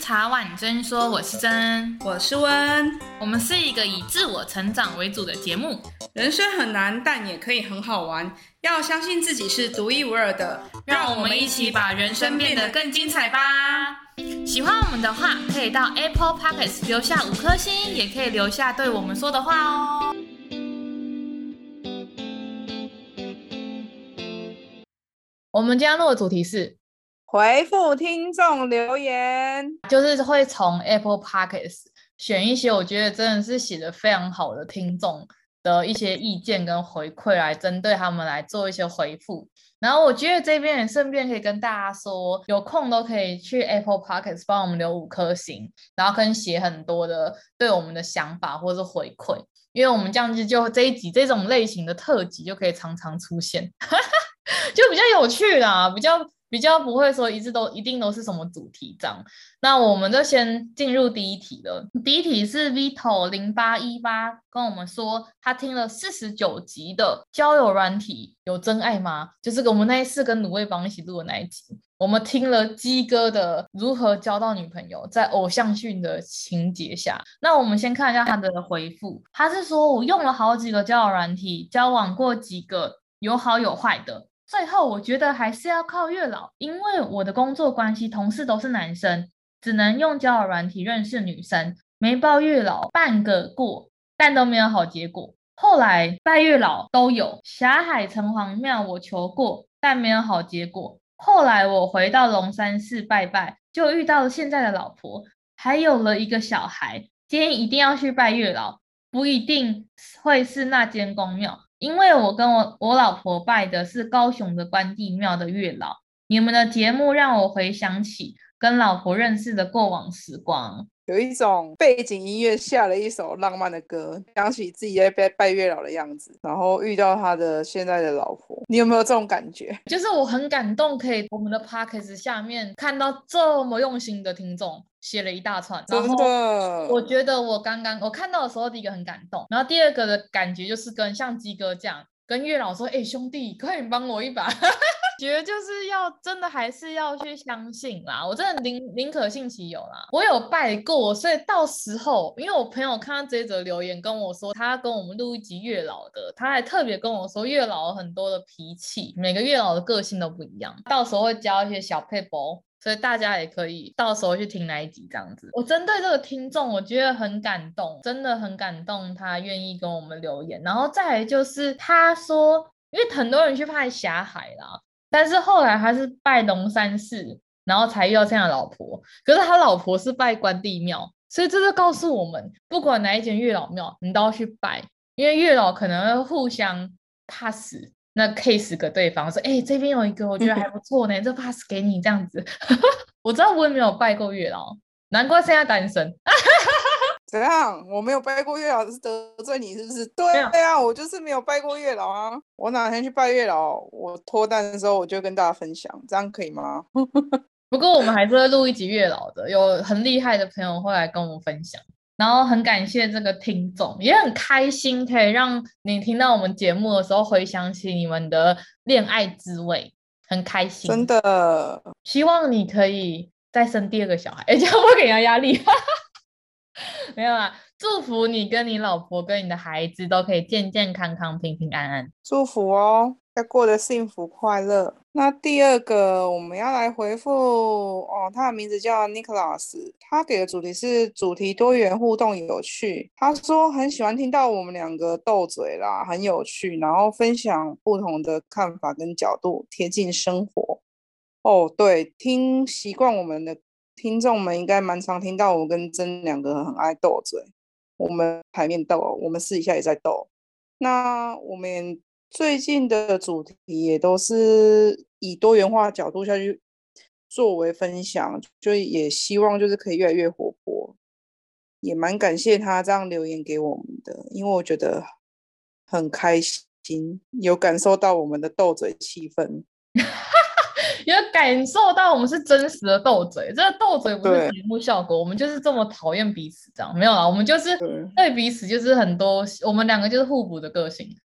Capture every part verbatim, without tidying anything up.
茶碗真说，我是真， 我是温。 我们是一个以自我成长为主的节目。 人生很难，但也可以很好玩。要相信自己是独一无二的， 让我们一起把人生变得更精彩吧。喜欢我们的话，可以到 Apple Podcast 留下五颗星，也可以留下对我们说的话哦。我们今天录的主题是回复听众留言， 就是会从 Apple Podcast 选一些我觉得真的是写得非常好的听众的一些意见跟回馈，来针对他们来做一些回复。然后我觉得这边也顺便可以跟大家说，有空都可以去 Apple Podcast 帮我们留五颗星，然后跟写很多的对我们的想法或是回馈，因为我们这样子就这一集这种类型的特辑就可以常常出现就比较有趣啦，比较比较不会说一直都一定都是什么主题这样。那我们就先进入第一题了。第一题是 Vito 零八一八跟我们说，他听了四十九集的交友软体有真爱吗？就是我们那一次跟卤味帮一起录的那一集，我们听了鸡哥的如何交到女朋友，在偶像剧的情节下。那我们先看一下他的回复，他是说我用了好几个交友软体，交往过几个，有好有坏的，最后我觉得还是要靠月老，因为我的工作关系同事都是男生，只能用交友软体认识女生，没报月老半个过，但都没有好结果。后来拜月老都有，霞海城隍庙我求过，但没有好结果。后来我回到龙山寺拜拜，就遇到了现在的老婆，还有了一个小孩。建议一定要去拜月老，不一定会是那间公庙，因为我跟我我老婆拜的是高雄的关帝庙的月老。你们的节目让我回想起跟老婆认识的过往时光， 有一种背景音乐下了一首浪漫的歌，想起自己在拜拜月老的样子，然后遇到他的现在的老婆。你有没有这种感觉？ 就是我很感动，可以我们的 podcast 下面看到这么用心的听众写了一大串，然后我觉得我刚刚我看到的时候，第一个很感动，然后第二个的感觉就是跟像鸡哥这样跟月老说，哎、欸，兄弟快点帮我一把觉得就是要真的还是要去相信啦，我真的宁宁可信其有啦。我有拜过，所以到时候因为我朋友看到这一则留言跟我说他跟我们录一集月老的，他还特别跟我说月老有很多的脾气，每个月老的个性都不一样，到时候会教一些小撇步，所以大家也可以到时候去听那一集这样子。我针对这个听众我觉得很感动，真的很感动他愿意跟我们留言。然后再来就是他说因为很多人去拜霞海啦，但是后来他是拜龙山寺，然后才遇到这样的老婆，可是他老婆是拜关帝庙，所以这就告诉我们不管哪一间月老庙你都要去拜，因为月老可能会互相 pass 那 case 给对方说，哎、欸，这边有一个我觉得还不错呢这 pass 给你这样子我知道我也没有拜过月老，难怪现在单身怎样？我没有拜过月老是得罪你是不是？对啊，我就是没有拜过月老啊。我哪天去拜月老，我脱单的时候我就跟大家分享，这样可以吗？ 不过我们还是会录一集月老的，有很厉害的朋友会来跟我们分享，然后很感谢这个听众，也很开心可以让你听到我们节目的时候回想起你们的恋爱滋味，很开心， 真的。 希望你可以再生第二个小孩，哎，这样不会给人家压力没有啦，祝福你跟你老婆跟你的孩子都可以健健康康平平安安， 祝福哦，要过得幸福快乐。那第二个我们要来回复哦，他的名字叫 Nicholas， 他给的主题是主题多元互动有趣。他说很喜欢听到我们两个斗嘴啦，很有趣，然后分享不同的看法跟角度，贴近生活。哦，对，听习惯我们的听众们应该蛮常听到我跟真两个很爱斗嘴，我们台面斗，我们私底下也在斗。那我们最近的主题也都是以多元化角度下去作为分享，就也希望就是可以越来越活泼，也蛮感谢他这样留言给我们的，因为我觉得很开心，有感受到我们的斗嘴气氛有感受到我们是真实的斗嘴，这个斗嘴不是节目效果，我们就是这么讨厌彼此这样，没有啦，我们就是对彼此就是很多，我们两个就是互补的个性，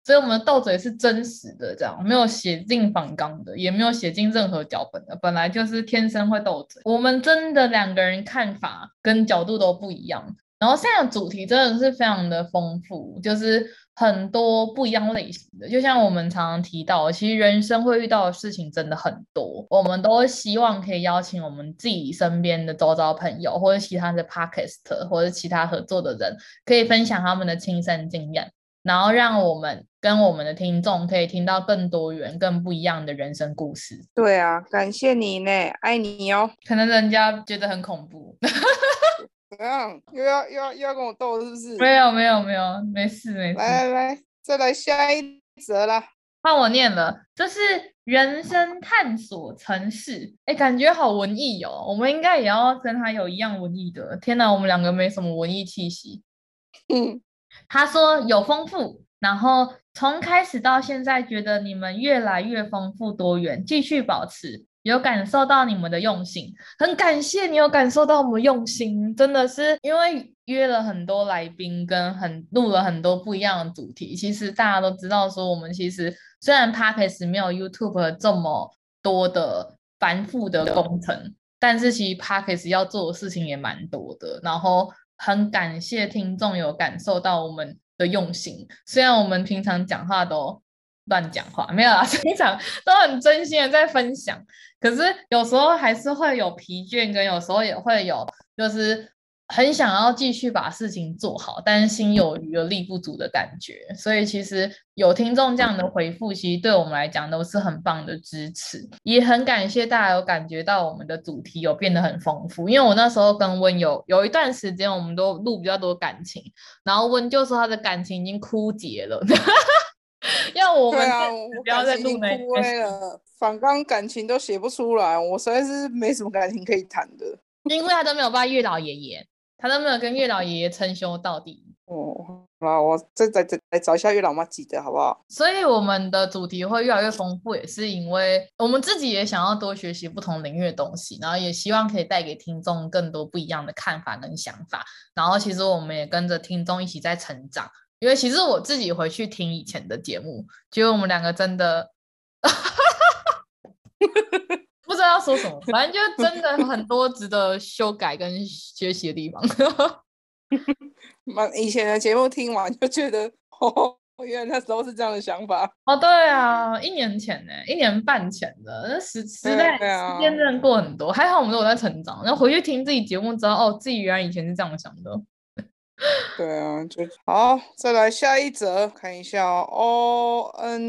所以我们的斗嘴是真实的，这样没有写进访纲的，也没有写进任何脚本的，本来就是天生会斗嘴。我们真的两个人看法跟角度都不一样，然后现在的主题真的是非常的丰富，就是很多不一样类型的，就像我们常常提到，其实人生会遇到的事情真的很多，我们都希望可以邀请我们自己身边的周遭朋友，或者其他的 podcast 或者其他合作的人，可以分享他们的亲身经验，然后让我们跟我们的听众可以听到更多元、更不一样的人生故事。 对啊，感谢你呢，爱你哦。 可能人家觉得很恐怖。 怎样？又要又要又要跟我斗是不是？ 没有没有没有，没事没事。 来来来，再来下一则啦。 换我念了，这是人生探索城市，哎，感觉好文艺哦。我们应该也要跟他有一样文艺的。天哪，我们两个没什么文艺气息。 嗯， 他说有丰富，然后从开始到现在，觉得你们越来越丰富多元，继续保持。有感受到你们的用心，很感谢你有感受到我们用心，真的是因为约了很多来宾，跟很录了很多不一样的主题。其实大家都知道说，我们其实虽然 Podcast 没有 YouTube 这么多的繁复的工程，但是其实 Podcast 要做的事情也蛮多的。然后很感谢听众有感受到我们的用心，虽然我们平常讲话都乱讲话，没有啦，平常都很真心的在分享，可是有时候还是会有疲倦，跟有时候也会有就是很想要继续把事情做好，但是心有余而力不足的感觉。所以其实有听众这样的回复，其实对我们来讲都是很棒的支持，也很感谢大家有感觉到我们的主题有变得很丰富。因为我那时候跟温有有一段时间，我们都录比较多感情，然后温就说他的感情已经枯竭了。要我们啊， 不要再录那枯萎了，反刚感情都写不出来，我实在是没什么感情可以谈的。 因为他都没有办月老爷爷，他都没有跟月老爷爷称兄道弟。 哦，好啦，我再再再来找一下月老妈记得好不好？ 所以我们的主题会越来越丰富，也是因为我们自己也想要多学习不同领域的东西，然后也希望可以带给听众更多不一样的看法跟想法。然后其实我们也跟着听众一起在成长。因为其实我自己回去听以前的节目，觉得我们两个真的不知道要说什么，反正就真的很多值得修改跟学习的地方。 以前的节目听完就觉得，哦，原来那时候是这样的想法。 哦，对啊，一年前呢，一年半前的，那时时代、啊、时间真的过很多，还好我们都有在成长。然后回去听自己节目，知道哦，自己原来以前是这样想的。 对啊，就好，再来下一则，看一下哦 ，O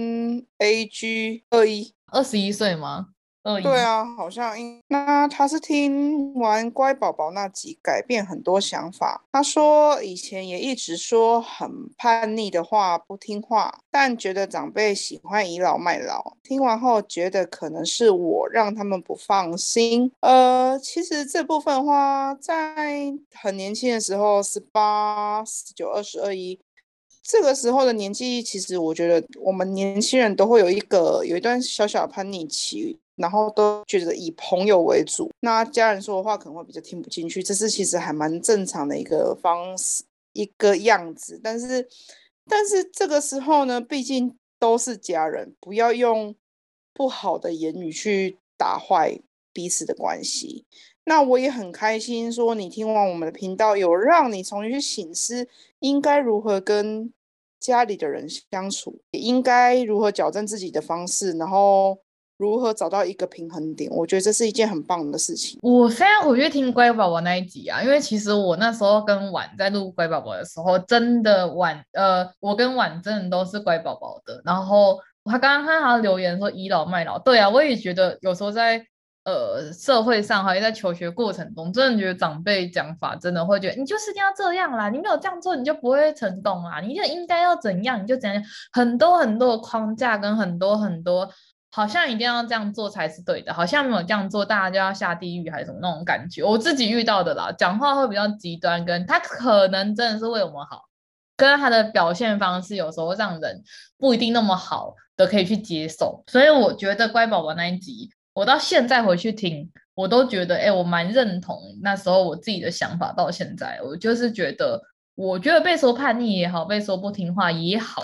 N A G 二一， 二十一岁吗？ 对啊，好像那他是听完乖宝宝那集改变很多想法。他说以前也一直说很叛逆的话，不听话，但觉得长辈喜欢倚老卖老。听完后觉得可能是我让他们不放心。呃，其实这部分的话，在很年轻的时候，十八、十九、二十、二一。这个时候的年纪，其实我觉得我们年轻人都会有一个有一段小小的叛逆期，然后都觉得以朋友为主，那家人说的话可能会比较听不进去，这是其实还蛮正常的一个方式一个样子。但是但是这个时候呢，毕竟都是家人，不要用不好的言语去打坏彼此的关系。那我也很开心说你听完我们的频道，有让你重新去省思应该如何跟家里的人相处，也应该如何矫正自己的方式，然后如何找到一个平衡点。我觉得这是一件很棒的事情。 我现在回去听乖宝宝那一集啊，因为其实我那时候跟婉在录乖宝宝的时候，真的婉呃，我跟婉真的都是乖宝宝的。然后他刚刚看他留言说倚老卖老，对啊，我也觉得有时候在呃社会上还有在求学过程中，真的觉得长辈讲法真的会觉得你就是一定要这样啦，你没有这样做你就不会成功啦，你就应该要怎样你就怎样，很多很多的框架跟很多很多好像一定要这样做才是对的，好像没有这样做大家就要下地狱还是什么那种感觉。我自己遇到的啦，讲话会比较极端，跟他可能真的是为我们好，跟他的表现方式有时候让人不一定那么好的可以去接受。所以我觉得乖宝宝那一集我到现在回去听，我都觉得，哎、欸，我蛮认同那时候我自己的想法。到现在，我就是觉得，我觉得被说叛逆也好，被说不听话也好，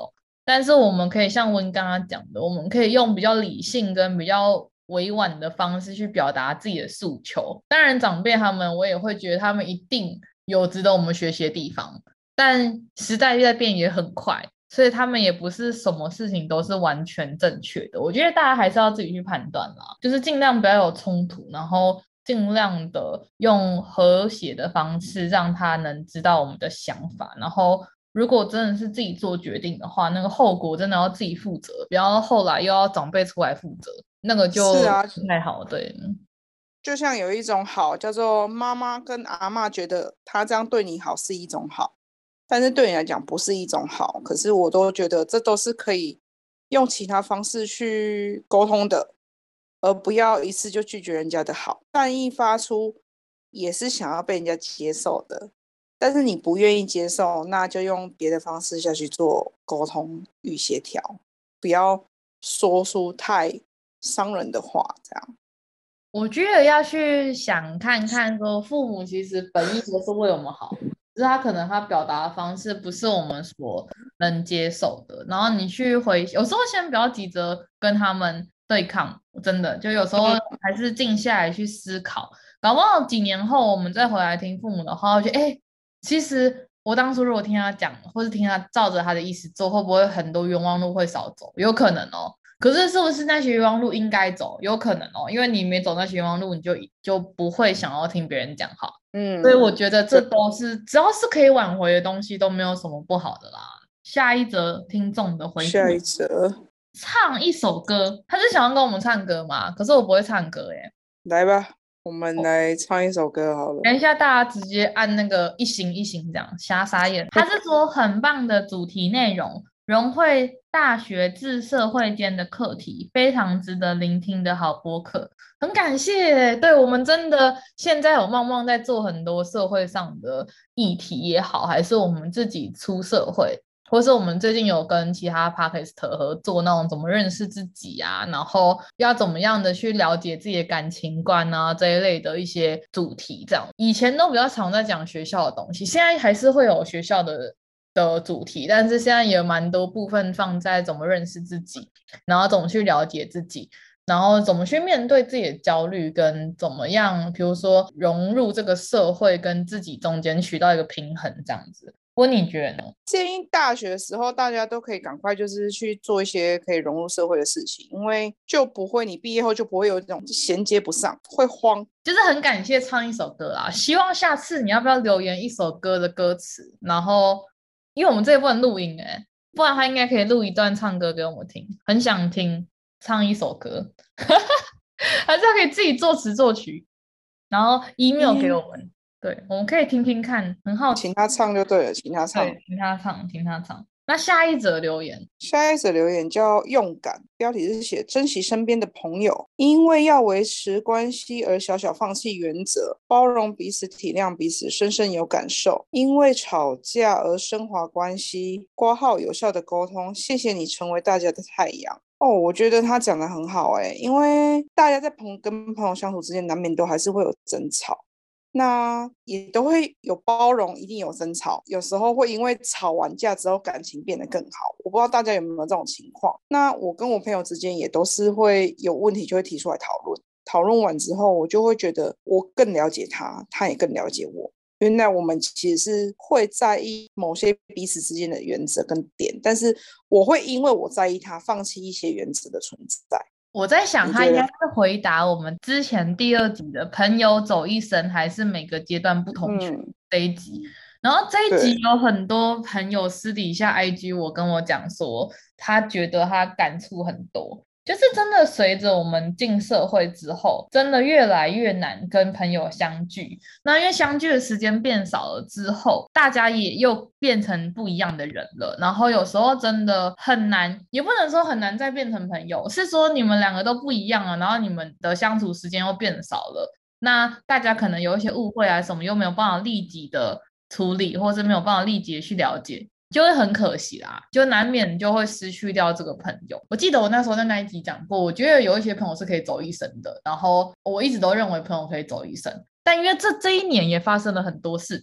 但是我们可以像温刚刚讲的，我们可以用比较理性跟比较委婉的方式去表达自己的诉求。当然长辈他们我也会觉得他们一定有值得我们学习的地方，但时代在变也很快，所以他们也不是什么事情都是完全正确的。我觉得大家还是要自己去判断啦，就是尽量不要有冲突，然后尽量的用和谐的方式让他能知道我们的想法，然后如果真的是自己做决定的话，那个后果真的要自己负责，不要后来又要长辈出来负责，那个就是啊， 不太好。对， 就像有一种好叫做妈妈跟阿嬷觉得他这样对你好是一种好，但是对你来讲不是一种好，可是我都觉得这都是可以用其他方式去沟通的，而不要一次就拒绝人家的好。善意发出也是想要被人家接受的，但是你不愿意接受，那就用别的方式下去做沟通与协调，不要说出太伤人的话，这样。 我觉得要去想看看说父母其实本意都是为我们好，只是他可能他表达的方式不是我们所能接受的，然后你去回有时候先不要急着跟他们对抗，真的就有时候还是静下来去思考，搞不好几年后我们再回来听父母的话，我觉得哎，其实我当初如果听他讲，或是听他照着他的意思做，会不会很多冤枉路会少走？有可能哦。可是是不是那些冤枉路应该走？有可能哦，因为你没走那些冤枉路，你就就不会想要听别人讲好。 嗯， 所以我觉得这都是只要是可以挽回的东西，都没有什么不好的啦。下一则听众的回复， 下一则唱一首歌，他是想要跟我们唱歌嘛？可是我不会唱歌耶。 来吧，我们来唱一首歌好了。 等一下，大家直接按那个一行一行这样瞎傻眼。他是说很棒的主题内容，融汇大学至社会间的课题，非常值得聆听的好播客。很感谢，对我们真的现在有梦梦在做很多社会上的议题也好，还是我们自己出社会。或是我们最近有跟其他 podcast 合作那种怎么认识自己啊，然后要怎么样的去了解自己的感情观啊这一类的一些主题，这样以前都比较常在讲学校的东西，现在还是会有学校的的主题，但是现在也有蛮多部分放在怎么认识自己，然后怎么去了解自己，然后怎么去面对自己的焦虑，跟怎么样比如说融入这个社会跟自己中间取到一个平衡这样子。不过你觉得呢？ 建议大学的时候大家都可以赶快就是去做一些可以融入社会的事情，因为就不会你毕业后就不会有这种衔接不上，会慌。 就是很感谢唱一首歌啦，希望下次你要不要留言一首歌的歌词，然后因为我们这也不能录音哎、欸，不然他应该可以录一段唱歌给我们听，很想听唱一首歌，还是他可以自己作词作曲，然后 email 给我们。嗯，对，我们可以听听看，很好奇。 请他唱就对了，请他唱。 对，听他唱，听他唱。那下一则留言， 下一则留言叫勇敢，标题是写珍惜身边的朋友，因为要维持关系而小小放弃原则，包容彼此，体谅彼此，深深有感受，因为吵架而升华关系，括号有效的沟通，谢谢你成为大家的太阳。哦，我觉得他讲的很好诶，因为大家在朋跟朋友相处之间难免都还是会有争吵，那也都会有包容，一定有争吵，有时候会因为吵完架之后感情变得更好，我不知道大家有没有这种情况。那我跟我朋友之间也都是会有问题就会提出来讨论，讨论完之后我就会觉得我更了解他，他也更了解我，原来我们其实是会在意某些彼此之间的原则跟点，但是我会因为我在意他放弃一些原则的存在。 我在想他应该是回答我们之前第二集的朋友走一生还是每个阶段不同群这一集、嗯、然后这一集有很多朋友私底下 I G 我跟我讲说他觉得他感触很多，就是真的随着我们进社会之后真的越来越难跟朋友相聚，那因为相聚的时间变少了之后大家也又变成不一样的人了，然后有时候真的很难，也不能说很难再变成朋友，是说你们两个都不一样了，然后你们的相处时间又变少了，那大家可能有一些误会啊什么又没有办法立即的处理，或是没有办法立即的去了解，就会很可惜啦，就难免就会失去掉这个朋友。我记得我那时候在那一集讲过，我觉得有一些朋友是可以走一生的，然后我一直都认为朋友可以走一生，但因为这这一年也发生了很多事情，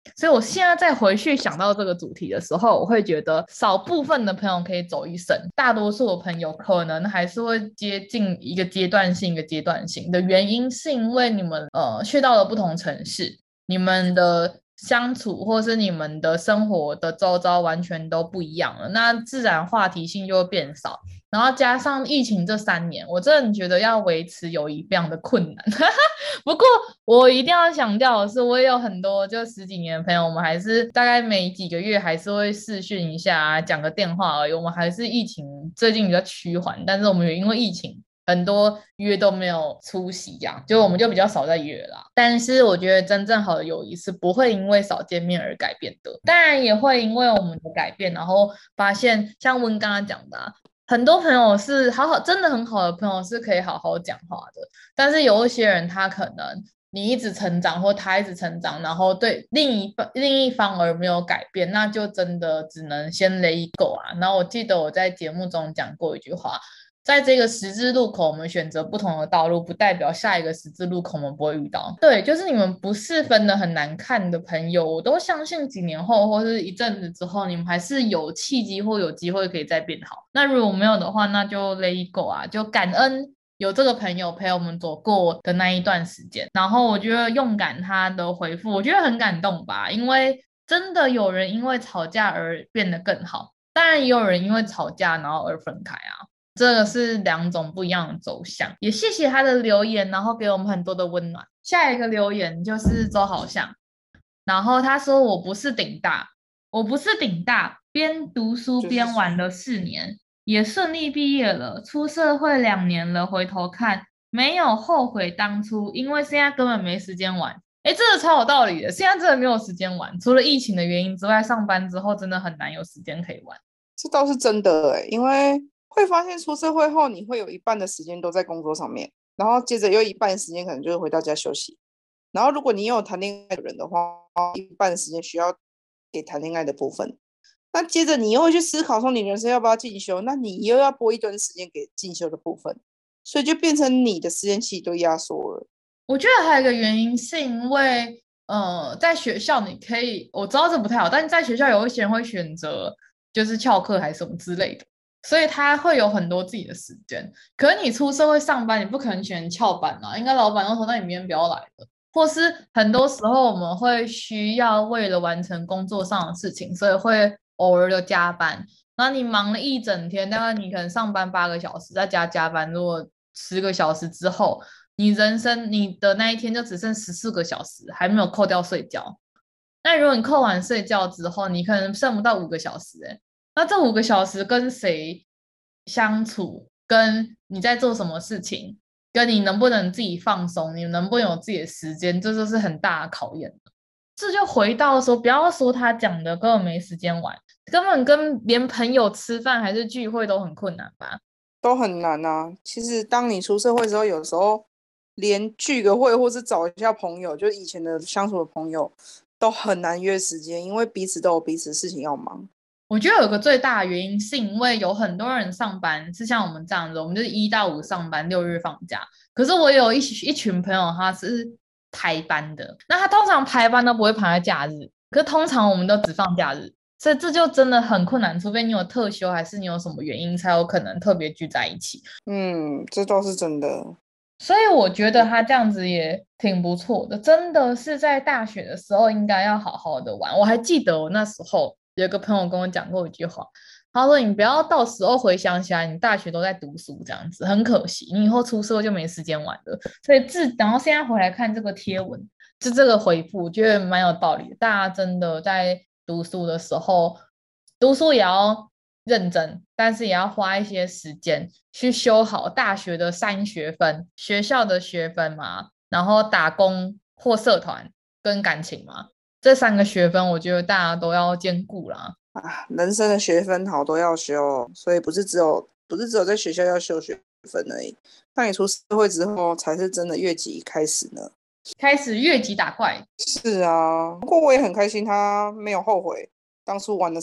所以我现在再回去想到这个主题的时候，我会觉得少部分的朋友可以走一生，大多数的朋友可能还是会接近一个阶段性一个阶段性的原因，是因为你们呃去到了不同城市，你们的相处或是你们的生活的周遭完全都不一样了，那自然话题性就会变少，然后加上疫情这三年，我真的觉得要维持友谊非常的困难。不过我一定要强调的是，我也有很多就十几年的朋友，我们还是大概每几个月还是会视讯一下啊，讲个电话而已。我们还是疫情最近比较趋缓，但是我们也因为疫情很多约都没有出席，这样就我们就比较少在约啦。但是我觉得真正好的友谊是不会因为少见面而改变的，当然也会因为我们的改变，然后发现像温刚刚讲的啊，很多朋友是好好真的很好的朋友是可以好好讲话的，但是有一些人他可能你一直成长或他一直成长，然后对另一另一方而没有改变，那就真的只能先 let go 啊。然后我记得我在节目中讲过一句话，在这个十字路口我们选择不同的道路，不代表下一个十字路口我们不会遇到。对，就是你们不是分得很难看的朋友，我都相信几年后或是一阵子之后，你们还是有契机或有机会可以再变好。那如果没有的话，那就 let go 啊，就感恩有这个朋友陪我们走过的那一段时间。然后我觉得用感他的回复，我觉得很感动吧，因为真的有人因为吵架而变得更好，当然也有人因为吵架然后而分开啊。这个是两种不一样的走向，也谢谢他的留言，然后给我们很多的温暖。下一个留言就是周好像，然后他说我不是顶大，我不是顶大，边读书边玩了四年，也顺利毕业了，出社会两年了，回头看没有后悔当初，因为现在根本没时间玩。诶，这个超有道理的，现在真的没有时间玩，除了疫情的原因之外，上班之后真的很难有时间可以玩。 这倒是真的诶，因为会发现出社会后，你会有一半的时间都在工作上面，然后接着又一半的时间可能就是回到家休息。然后如果你有谈恋爱的人的话，一半的时间需要给谈恋爱的部分。那接着你又会去思考说你人生要不要进修，那你又要拨一段时间给进修的部分，所以就变成你的时间其实都压缩了。 我觉得还有一个原因是因为，呃，在学校你可以，我知道这不太好，但是在学校有一些人会选择就是翘课还是什么之类的，所以他会有很多自己的时间。可是你出社会上班，你不可能选翘班啊，应该老板都说那你明天不要来了，或是很多时候我们会需要为了完成工作上的事情，所以会偶尔的加班。那你忙了一整天，大概你可能上班八个小时，再加加班，如果十个小时之后。你人生你的那一天就只剩十四个小时，还没有扣掉睡觉。那如果你扣完睡觉之后，你可能剩不到五个小时、欸，那这五个小时跟谁相处，跟你在做什么事情，跟你能不能自己放松，你能不能有自己的时间，这就是很大的考验。这就回到说，不要说他讲的根本没时间玩，根本跟连朋友吃饭还是聚会都很困难吧？ 都很难啊。其实当你出社会之后，有时候连聚个会或是找一下朋友，就以前的相处的朋友，都很难约时间，因为彼此都有彼此的事情要忙。 我觉得有个最大的原因是因为有很多人上班是像我们这样子，我们就是一到五上班，六日放假。可是我有一一群朋友，他是排班的，那他通常排班都不会排在假日，可是通常我们都只放假日，所以这就真的很困难，除非你有特休，还是你有什么原因才有可能特别聚在一起。 嗯，这倒是真的。 所以我觉得他这样子也挺不错的，真的是在大学的时候应该要好好的玩。我还记得我那时候有个朋友跟我讲过一句话，他说你不要到时候回想起来你大学都在读书这样子，很可惜，你以后出社会就没时间玩了。所以自然后现在回来看这个贴文，就这个回复，我觉得蛮有道理的。大家真的在读书的时候，读书也要认真，但是也要花一些时间去修好大学的三学分，学校的学分嘛，然后打工或社团跟感情嘛，这三个学分我觉得大家都要兼顾啦。 啊，人生的学分好都要修，所以不是只有不是只有在学校要修学分而已。当你出社会之后，才是真的越级开始呢。 开始越级打怪。 是啊，不过我也很开心，他没有后悔当初玩了四年。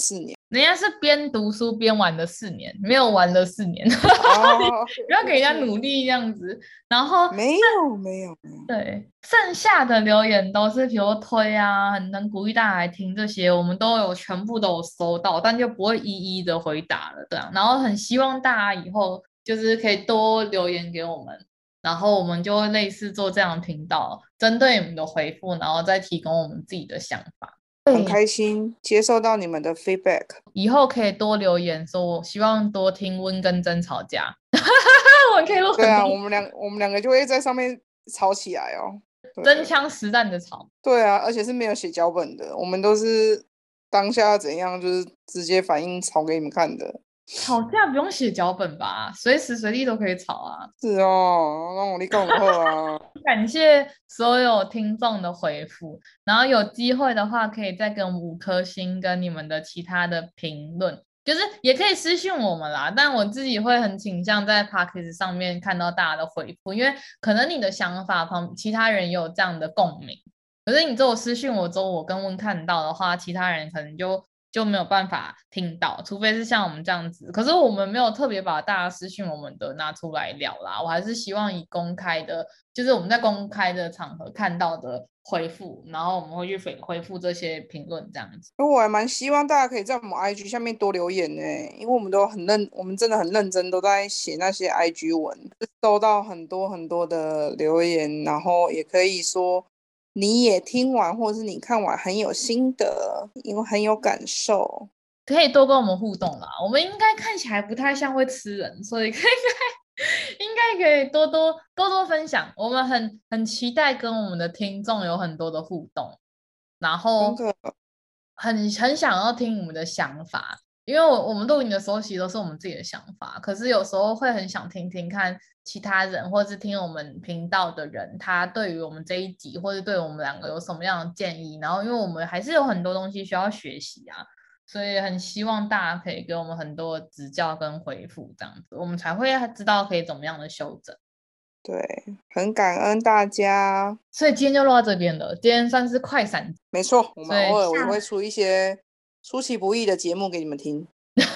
人家是边读书边玩的四年，没有玩了四年。 哦， 不要给人家努力这样子。然后没有没有没有， 对，剩下的留言都是比如推啊，很能鼓励大家来听这些，我们都有全部都有收到，但就不会一一的回答了这样。然后很希望大家以后就是可以多留言给我们，然后我们就会类似做这样的频道，针对你们的回复，然后再提供我们自己的想法。 很开心接受到你们的 feedback， 以后可以多留言说，我希望多听温跟真吵架。我们可以录很多。 对啊，我们两我们两个就会在上面吵起来哦， 真枪实弹的吵。 对啊，而且是没有写脚本的，我们都是当下怎样就是直接反应吵给你们看的。 吵架不用写脚本吧，随时随地都可以吵啊。 是哦，让我你讲好啊。 感谢所有听众的回复，然后有机会的话可以再给我们五颗星跟你们的其他的评论，就是也可以私讯我们啦，但我自己会很倾向在 Podcast 上面看到大家的回复，因为可能你的想法旁其他人也有这样的共鸣，可是你只有私讯我之后我跟温看到的话，其他人可能就就没有办法听到，除非是像我们这样子。可是我们没有特别把大家私讯我们的拿出来聊啦，我还是希望以公开的，就是我们在公开的场合看到的回复，然后我们会去回回复这些评论这样子。 因为我还蛮希望大家可以在我们 I G 下面多留言呢，因为我们都很认，我们真的很认真，都在写那些 I G 文，收到很多很多的留言，然后也可以说你也听完或者是你看完很有心得，因为很有感受， 可以多跟我们互动啦。我们应该看起来不太像会吃人，所以可以应该可以多多多多分享。我们很很期待跟我们的听众有很多的互动，然后很很想要听你们的想法。因为我我们录影的时候其实都是我们自己的想法，可是有时候会很想听听看其他人或是听我们频道的人他对于我们这一集或是对我们两个有什么样的建议，然后因为我们还是有很多东西需要学习啊，所以很希望大家可以给我们很多指教跟回复，这样子我们才会知道可以怎么样的修正。 对，很感恩大家， 所以今天就录到这边了，今天算是快闪。 没错，我们偶尔也会出一些出其不意的节目给你们听。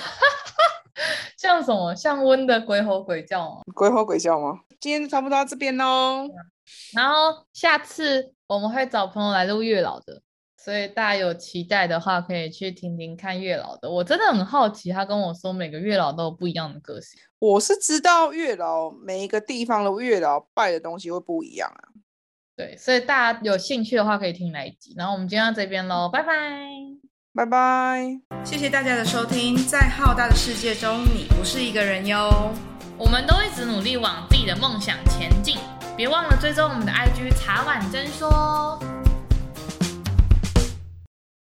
像什么？像温的鬼吼鬼叫吗？ 鬼吼鬼叫吗？今天就差不多到这边咯。 然后下次我们会找朋友来录月老的，所以大家有期待的话可以去听听看月老的。我真的很好奇，他跟我说每个月老都有不一样的个性。 我是知道月老每一个地方的月老拜的东西会不一样啊。 对，所以大家有兴趣的话可以听那一集。然后我们今天到这边咯，拜拜。 拜拜， 谢谢大家的收听，在浩大的世界中，你不是一个人哟。 我们都一直努力往自己的梦想前进，别忘了追踪我们的 I G 茶碗真说。